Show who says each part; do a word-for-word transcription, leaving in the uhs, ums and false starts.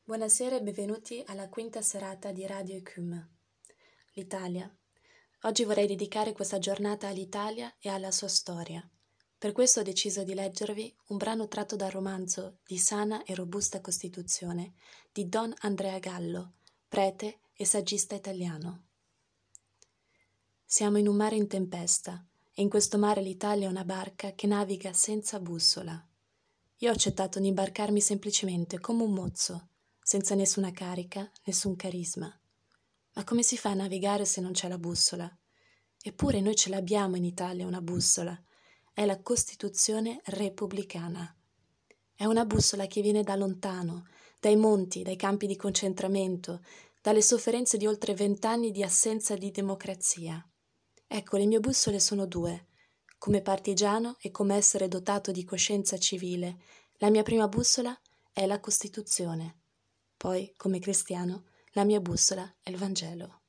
Speaker 1: Buonasera e benvenuti alla quinta serata di Radio Ecum. L'Italia. Oggi vorrei dedicare questa giornata all'Italia e alla sua storia. Per questo ho deciso di leggervi un brano tratto dal romanzo Di sana e robusta Costituzione di Don Andrea Gallo, prete e saggista italiano. Siamo in un mare in tempesta e in questo mare l'Italia è una barca che naviga senza bussola. Io ho accettato di imbarcarmi semplicemente come un mozzo, senza nessuna carica, nessun carisma. Ma come si fa a navigare se non c'è la bussola? Eppure noi ce l'abbiamo in Italia una bussola. È la Costituzione repubblicana. È una bussola che viene da lontano, dai monti, dai campi di concentramento, dalle sofferenze di oltre vent'anni di assenza di democrazia. Ecco, le mie bussole sono due. Come partigiano e come essere dotato di coscienza civile, la mia prima bussola è la Costituzione. Poi, come cristiano, la mia bussola è il Vangelo.